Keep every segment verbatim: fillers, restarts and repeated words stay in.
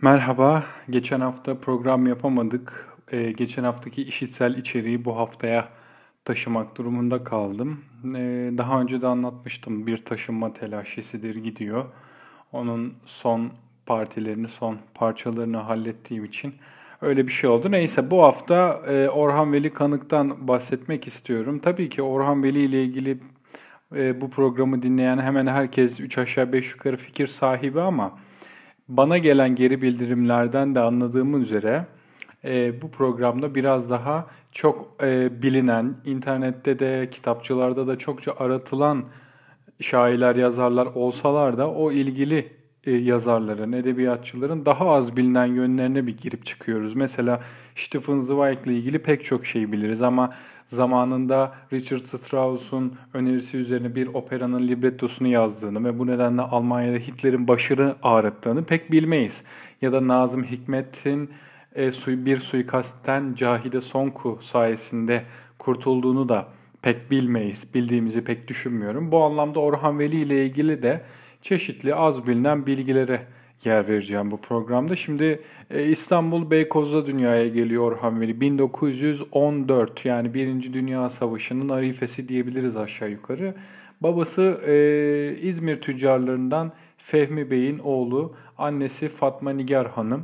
Merhaba. Geçen hafta program yapamadık. Ee, geçen haftaki işitsel içeriği bu haftaya taşımak durumunda kaldım. Ee, daha önce de anlatmıştım. Bir taşınma telaşesidir gidiyor. Onun son partilerini, son parçalarını hallettiğim için öyle bir şey oldu. Neyse bu hafta e, Orhan Veli Kanık'tan bahsetmek istiyorum. Tabii ki Orhan Veli ile ilgili e, bu programı dinleyen hemen herkes üç aşağı beş yukarı fikir sahibi ama bana gelen geri bildirimlerden de anladığım üzere e, bu programda biraz daha çok e, bilinen, internette de kitapçılarda da çokça aratılan şairler, yazarlar olsalar da o ilgili e, yazarların, edebiyatçıların daha az bilinen yönlerine bir girip çıkıyoruz. Mesela Stefan Zweig ile ilgili pek çok şey biliriz ama zamanında Richard Strauss'un önerisi üzerine bir operanın librettosunu yazdığını ve bu nedenle Almanya'da Hitler'in başını ağrıttığını pek bilmeyiz. Ya da Nazım Hikmet'in e, bir suikastten Cahide Sonku sayesinde kurtulduğunu da pek bilmeyiz, bildiğimizi pek düşünmüyorum. Bu anlamda Orhan Veli ile ilgili de çeşitli az bilinen bilgilere yer vereceğim bu programda. Şimdi e, İstanbul Beykoz'da dünyaya geliyor Orhan Veli. bin dokuz yüz on dört yani Birinci Dünya Savaşı'nın arifesi diyebiliriz aşağı yukarı. Babası e, İzmir tüccarlarından Fehmi Bey'in oğlu, annesi Fatma Nigar Hanım.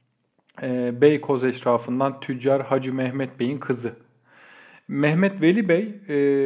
E, Beykoz eşrafından tüccar Hacı Mehmet Bey'in kızı. Mehmet Veli Bey,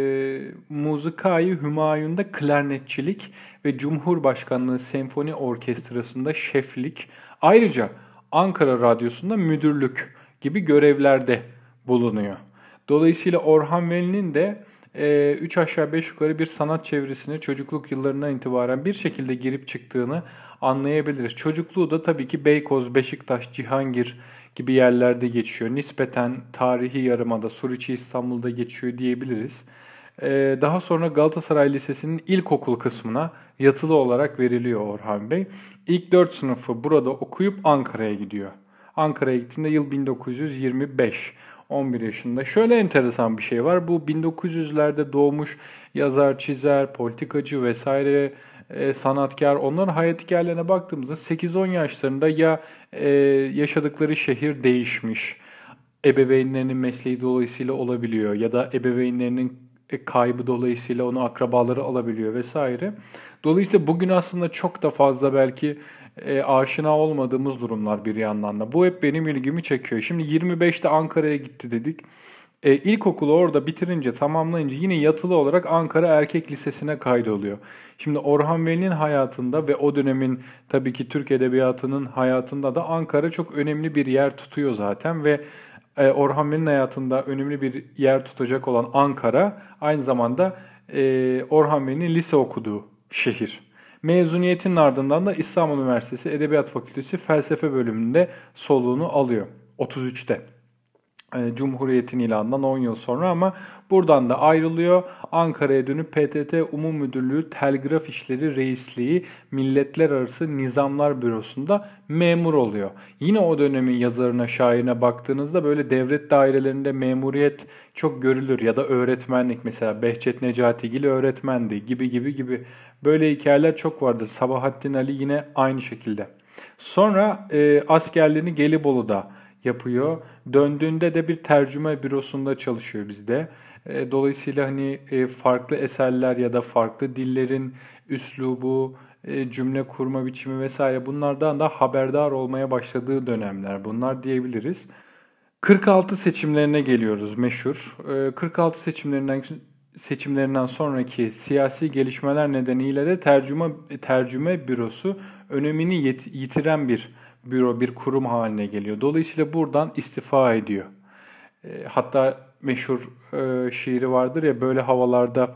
e, Muzıkai Hümayun'da klarnetçilik ve Cumhurbaşkanlığı Senfoni Orkestrası'nda şeflik, ayrıca Ankara Radyosu'nda müdürlük gibi görevlerde bulunuyor. Dolayısıyla Orhan Veli'nin de e, üç aşağı beş yukarı bir sanat çevresine çocukluk yıllarından itibaren bir şekilde girip çıktığını anlayabiliriz. Çocukluğu da tabii ki Beykoz, Beşiktaş, Cihangir gibi yerlerde geçiyor. Nispeten tarihi yarımada, Suriçi İstanbul'da geçiyor diyebiliriz. Ee, daha sonra Galatasaray Lisesi'nin ilkokul kısmına yatılı olarak veriliyor Orhan Bey. İlk dört sınıfı burada okuyup Ankara'ya gidiyor. Ankara'ya gittiğinde yıl bin dokuz yüz yirmi beş. on bir yaşında. Şöyle enteresan bir şey var. Bu bin dokuz yüzlerde doğmuş yazar, çizer, politikacı vesaire e, sanatkar. Onların hayat hikayelerine baktığımızda sekiz on yaşlarında ya e, yaşadıkları şehir değişmiş, ebeveynlerinin mesleği dolayısıyla olabiliyor ya da ebeveynlerinin e, kaybı dolayısıyla onu akrabaları alabiliyor vesaire. Dolayısıyla bugün aslında çok da fazla belki e, aşina olmadığımız durumlar bir yandan da. Bu hep benim ilgimi çekiyor. Şimdi yirmi beşte Ankara'ya gitti dedik. E, ilkokulu orada bitirince, tamamlayınca yine yatılı olarak Ankara Erkek Lisesi'ne kaydoluyor. Şimdi Orhan Veli'nin hayatında ve o dönemin tabii ki Türk Edebiyatı'nın hayatında da Ankara çok önemli bir yer tutuyor zaten ve e, Orhan Veli'nin hayatında önemli bir yer tutacak olan Ankara aynı zamanda e, Orhan Veli'nin lise okuduğu şehir. Mezuniyetinin ardından da İstanbul Üniversitesi Edebiyat Fakültesi Felsefe bölümünde soluğunu alıyor otuz üçte. Cumhuriyet'in ilanından on yıl sonra ama buradan da ayrılıyor. Ankara'ya dönüp P T T Umum Müdürlüğü Telgraf İşleri Reisliği Milletler Arası Nizamlar Bürosu'nda memur oluyor. Yine o dönemin yazarına, şairine baktığınızda böyle devlet dairelerinde memuriyet çok görülür ya da öğretmenlik, mesela Behçet Necatigil öğretmendi gibi gibi gibi böyle hikayeler çok vardır. Sabahattin Ali yine aynı şekilde. Sonra e, askerliğini Gelibolu'da yapıyor. Döndüğünde de bir tercüme bürosunda çalışıyor bizde. E, dolayısıyla hani e, farklı eserler ya da farklı dillerin üslubu, e, cümle kurma biçimi vesaire bunlardan da haberdar olmaya başladığı dönemler bunlar diyebiliriz. kırk altı seçimlerine geliyoruz meşhur. E, kırk altı seçimlerinden seçimlerinden sonraki siyasi gelişmeler nedeniyle de tercüme tercüme bürosu önemini yit- yitiren bir büro, bir kurum haline geliyor. Dolayısıyla buradan istifa ediyor. E, hatta meşhur e, şiiri vardır ya, böyle havalarda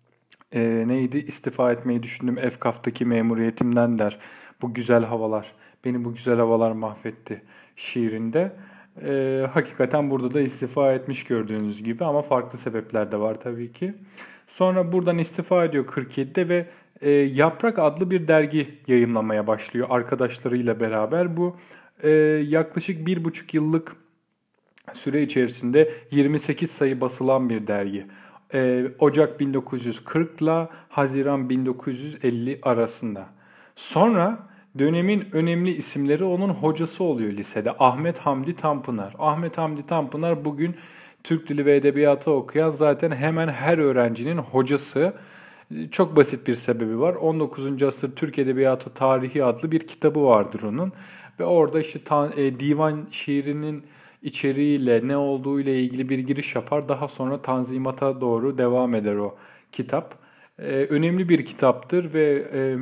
e, neydi? İstifa etmeyi düşündüm Efkaf'taki memuriyetimden der. Bu güzel havalar, beni bu güzel havalar mahvetti şiirinde. E, hakikaten burada da istifa etmiş gördüğünüz gibi ama farklı sebepler de var tabii ki. Sonra buradan istifa ediyor kırk yedide ve e, Yaprak adlı bir dergi yayımlamaya başlıyor arkadaşlarıyla beraber. Bu e, yaklaşık bir buçuk yıllık süre içerisinde yirmi sekiz sayı basılan bir dergi. E, Ocak bin dokuz yüz kırk ile Haziran bin dokuz yüz elli arasında. Sonra Dönemin önemli isimleri onun hocası oluyor lisede. Ahmet Hamdi Tanpınar. Ahmet Hamdi Tanpınar bugün Türk Dili ve Edebiyatı okuyan zaten hemen her öğrencinin hocası. Çok basit bir sebebi var. on dokuzuncu asır Türk Edebiyatı Tarihi adlı bir kitabı vardır onun. Ve orada işte ta, e, divan şiirinin içeriğiyle ne olduğu ile ilgili bir giriş yapar. Daha sonra Tanzimat'a doğru devam eder o kitap. E, önemli bir kitaptır ve e,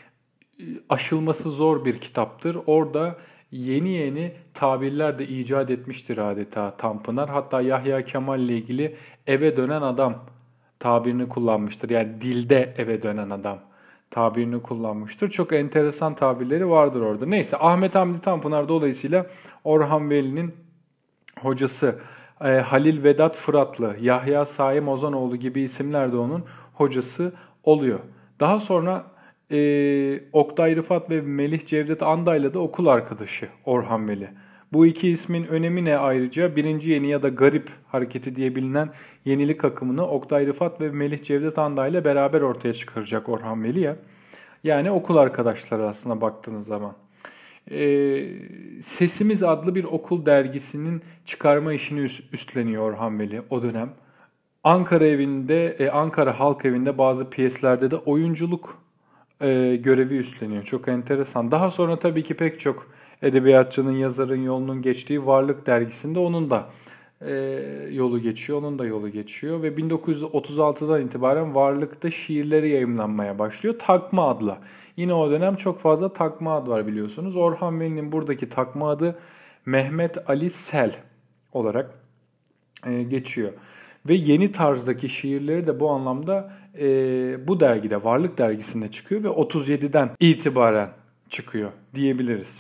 aşılması zor bir kitaptır. Orada yeni yeni tabirler de icat etmiştir adeta Tanpınar. Hatta Yahya Kemal ile ilgili eve dönen adam tabirini kullanmıştır. Yani dilde eve dönen adam tabirini kullanmıştır. Çok enteresan tabirleri vardır orada. Neyse, Ahmet Hamdi Tanpınar dolayısıyla Orhan Veli'nin hocası. E, Halil Vedat Fıratlı, Yahya Saim Ozanoğlu gibi isimler de onun hocası oluyor. Daha sonra e, Oktay Rıfat ve Melih Cevdet Anday'la da okul arkadaşı Orhan Veli. Bu iki ismin önemi ne ayrıca? Birinci yeni ya da garip hareketi diye bilinen yenilik akımını Oktay Rıfat ve Melih Cevdet Anday'la beraber ortaya çıkaracak Orhan Veli ya. Yani okul arkadaşları aslında baktığınız zaman. Ee, Sesimiz adlı bir okul dergisinin çıkarma işini üstleniyor Orhan Veli o dönem. Ankara evinde, e, Ankara Halk Evi'nde bazı piyeslerde de oyunculuk e, görevi üstleniyor. Çok enteresan. Daha sonra tabii ki pek çok edebiyatçının, yazarın yolunun geçtiği Varlık dergisinde onun da e, yolu geçiyor. Onun da yolu geçiyor ve bin dokuz yüz otuz altıdan itibaren Varlık'ta şiirleri yayımlanmaya başlıyor. Takma adla. Yine o dönem çok fazla takma ad var biliyorsunuz. Orhan Veli'nin buradaki takma adı Mehmet Ali Sel olarak e, geçiyor. Ve yeni tarzdaki şiirleri de bu anlamda e, bu dergide, Varlık dergisinde çıkıyor ve otuz yediden itibaren çıkıyor diyebiliriz.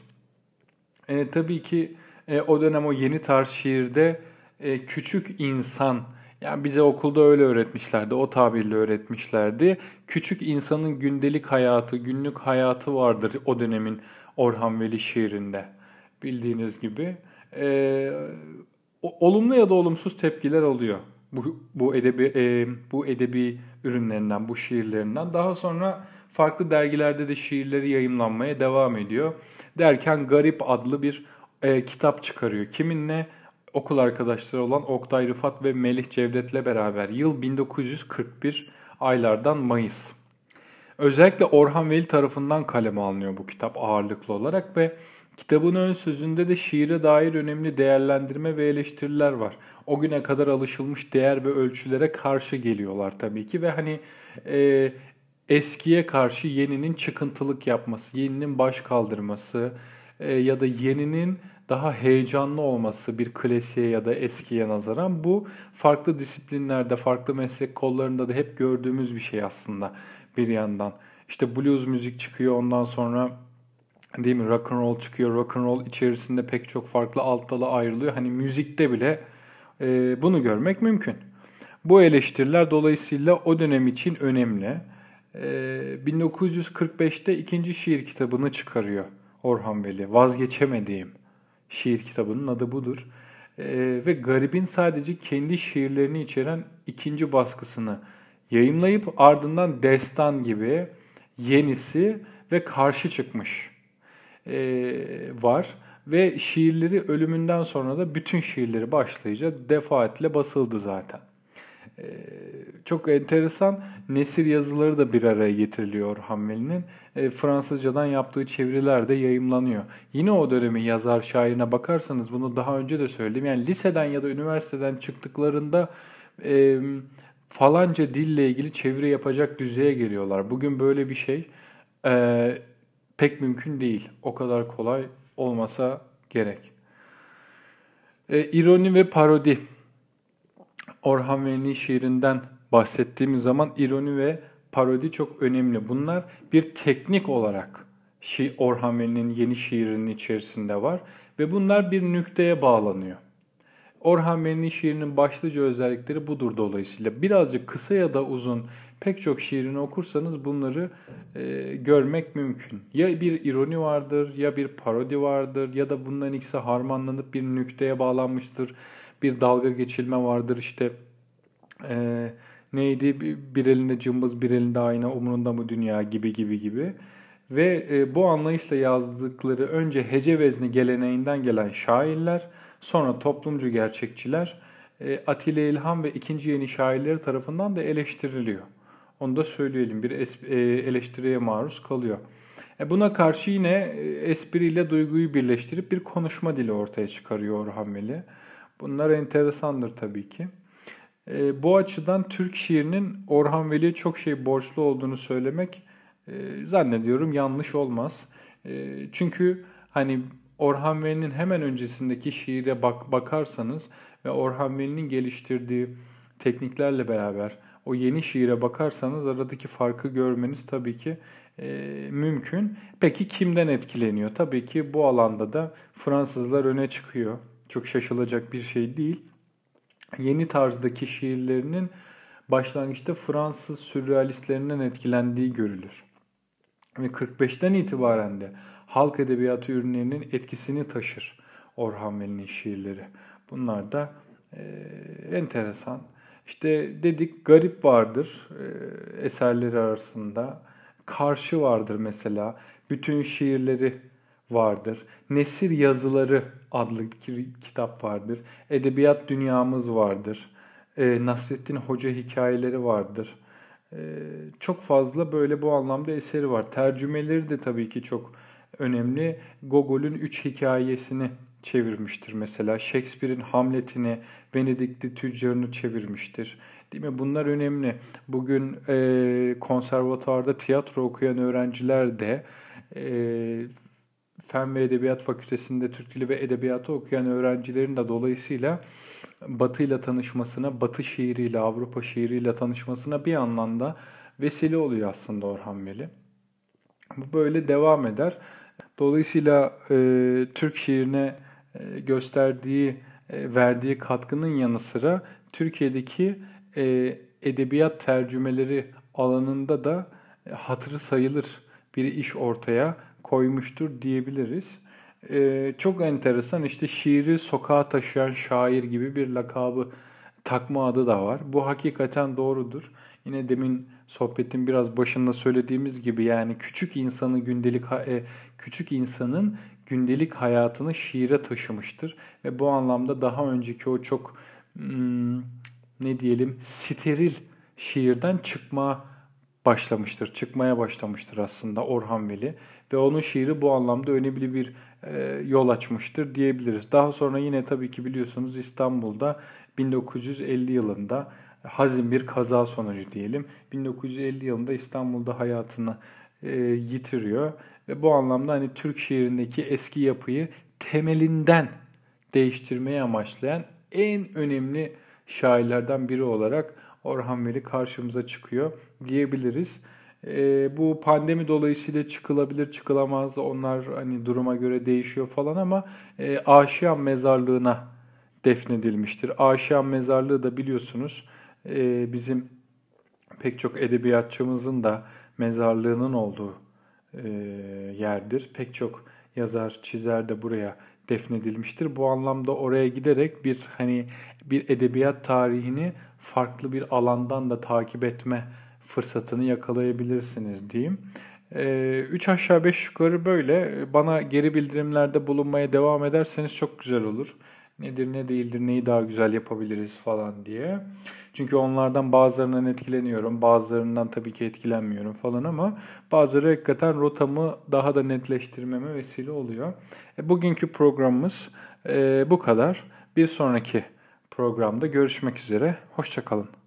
E, tabii ki e, o dönem o yeni tarz şiirde e, küçük insan, yani bize okulda öyle öğretmişlerdi, o tabirle öğretmişlerdi. Küçük insanın gündelik hayatı, günlük hayatı vardır o dönemin Orhan Veli şiirinde bildiğiniz gibi. E, olumlu ya da olumsuz tepkiler oluyor bu bu edebi e, bu edebi ürünlerinden, bu şiirlerinden. Daha sonra farklı dergilerde de şiirleri yayımlanmaya devam ediyor. Derken Garip adlı bir e, kitap çıkarıyor. Kiminle? Okul arkadaşları olan Oktay Rıfat ve Melih Cevdet'le beraber. Yıl bin dokuz yüz kırk bir, aylardan Mayıs. Özellikle Orhan Veli tarafından kaleme alınıyor bu kitap ağırlıklı olarak ve kitabın ön sözünde de şiire dair önemli değerlendirme ve eleştiriler var. O güne kadar alışılmış değer ve ölçülere karşı geliyorlar tabii ki ve hani e, eskiye karşı yeninin çıkıntılık yapması, yeninin baş kaldırması e, ya da yeninin daha heyecanlı olması bir klasiğe ya da eskiye nazaran, bu farklı disiplinlerde, farklı meslek kollarında da hep gördüğümüz bir şey aslında bir yandan. İşte blues müzik çıkıyor, ondan sonra değil mi rock and roll çıkıyor. Rock and roll içerisinde pek çok farklı alt dala ayrılıyor. Hani müzikte bile e, bunu görmek mümkün. Bu eleştiriler dolayısıyla o dönem için önemli. E, bin dokuz yüz kırk beşte ikinci şiir kitabını çıkarıyor Orhan Veli. Vazgeçemediğim şiir kitabının adı budur. E, ve Garip'in sadece kendi şiirlerini içeren ikinci baskısını yayımlayıp ardından Destan gibi yenisi ve Karşı çıkmış e, var. Ve şiirleri ölümünden sonra da bütün şiirleri başlayınca defaatle basıldı zaten. E, çok enteresan nesir yazıları da bir araya getiriliyor Orhan Veli'nin. E, Fransızcadan yaptığı çeviriler de yayımlanıyor. Yine o dönemin yazar şairine bakarsanız, bunu daha önce de söyledim. Yani liseden ya da üniversiteden çıktıklarında e, falanca dille ilgili çeviri yapacak düzeye geliyorlar. Bugün böyle bir şey e, pek mümkün değil. O kadar kolay olmasa gerek. E, ironi ve parodi. Orhan Veli'nin şiirinden bahsettiğimiz zaman ironi ve parodi çok önemli. Bunlar bir teknik olarak şi Orhan Veli'nin yeni şiirinin içerisinde var ve bunlar bir nükteye bağlanıyor. Orhan Veli'nin şiirinin başlıca özellikleri budur dolayısıyla. Birazcık kısa ya da uzun pek çok şiirini okursanız bunları e, görmek mümkün. Ya bir ironi vardır, ya bir parodi vardır, ya da bunların ikisi harmanlanıp bir nükteye bağlanmıştır. Bir dalga geçilme vardır işte. E, neydi? Bir elinde cımbız, bir elinde ayna, umurunda mı dünya gibi gibi gibi. Ve e, bu anlayışla yazdıkları önce hece vezni geleneğinden gelen şairler, sonra toplumcu gerçekçiler, e, Atilla İlhan ve ikinci yeni şairleri tarafından da eleştiriliyor. Onu da söyleyelim, bir es- e, eleştiriye maruz kalıyor. E, buna karşı yine e, espriyle duyguyu birleştirip bir konuşma dili ortaya çıkarıyor Orhan Veli. Bunlar enteresandır tabii ki. E, bu açıdan Türk şiirinin Orhan Veli'ye çok şey borçlu olduğunu söylemek e, zannediyorum yanlış olmaz. E, çünkü hani Orhan Veli'nin hemen öncesindeki şiire bak bakarsanız ve Orhan Veli'nin geliştirdiği tekniklerle beraber o yeni şiire bakarsanız aradaki farkı görmeniz tabii ki e, mümkün. Peki kimden etkileniyor? Tabii ki bu alanda da Fransızlar öne çıkıyor. Çok şaşılacak bir şey değil. Yeni tarzdaki şiirlerinin başlangıçta Fransız sürrealistlerinden etkilendiği görülür. Ve kırk beşten itibaren de halk edebiyatı ürünlerinin etkisini taşır Orhan Veli'nin şiirleri. Bunlar da e, enteresan. İşte dedik garip vardır e, eserleri arasında. Karşı vardır mesela. Bütün şiirleri vardır. Nesir Yazıları adlı bir kitap vardır. Edebiyat Dünyamız vardır. E, Nasrettin Hoca hikayeleri vardır. E, çok fazla böyle bu anlamda eseri var. Tercümeleri de tabii ki çok önemli. Gogol'ün Üç Hikayesini çevirmiştir mesela. Shakespeare'in Hamlet'ini, Venedikli Tüccarını çevirmiştir. Değil mi? Bunlar önemli. Bugün e, konservatuvarda tiyatro okuyan öğrenciler de e, Fen ve Edebiyat Fakültesinde Türk Dili ve Edebiyatı okuyan öğrencilerin de dolayısıyla Batı ile tanışmasına, Batı şiiriyle, Avrupa şiiriyle tanışmasına bir anlamda vesile oluyor aslında Orhan Veli. Bu böyle devam eder. Dolayısıyla e, Türk şiirine e, gösterdiği, e, verdiği katkının yanı sıra Türkiye'deki e, edebiyat tercümeleri alanında da e, hatırı sayılır bir iş ortaya koymuştur diyebiliriz. E, çok enteresan işte şiiri sokağa taşıyan şair gibi bir lakabı takma adı da var. Bu hakikaten doğrudur. Yine demin sohbetin biraz başında söylediğimiz gibi yani küçük insanı gündelik e, küçük insanın gündelik hayatını şiire taşımıştır ve bu anlamda daha önceki o çok hmm, ne diyelim steril şiirden çıkma başlamıştır, çıkmaya başlamıştır aslında Orhan Veli ve onun şiiri bu anlamda önemli bir e, yol açmıştır diyebiliriz. Daha sonra yine tabii ki biliyorsunuz İstanbul'da bin dokuz yüz elli yılında hazin bir kaza sonucu diyelim bin dokuz yüz elli yılında İstanbul'da hayatını e, yitiriyor ve bu anlamda hani Türk şiirindeki eski yapıyı temelinden değiştirmeyi amaçlayan en önemli şairlerden biri olarak Orhan Veli karşımıza çıkıyor diyebiliriz. E, bu pandemi dolayısıyla çıkılabilir, çıkılamaz. Onlar hani duruma göre değişiyor falan ama e, Aşiyan mezarlığına defnedilmiştir. Aşiyan mezarlığı da biliyorsunuz e, bizim pek çok edebiyatçımızın da mezarlığının olduğu e, yerdir. Pek çok yazar, çizer de buraya defnedilmiştir. Bu anlamda oraya giderek bir hani bir edebiyat tarihini farklı bir alandan da takip etme fırsatını yakalayabilirsiniz diyeyim. Ee, üç aşağı beş yukarı böyle. Bana geri bildirimlerde bulunmaya devam ederseniz çok güzel olur. Nedir ne değildir, neyi daha güzel yapabiliriz falan diye. Çünkü onlardan bazılarından etkileniyorum, bazılarından tabii ki etkilenmiyorum falan ama bazıları hakikaten rotamı daha da netleştirmeme vesile oluyor. E, bugünkü programımız e, bu kadar. Bir sonraki programda görüşmek üzere. Hoşça kalın.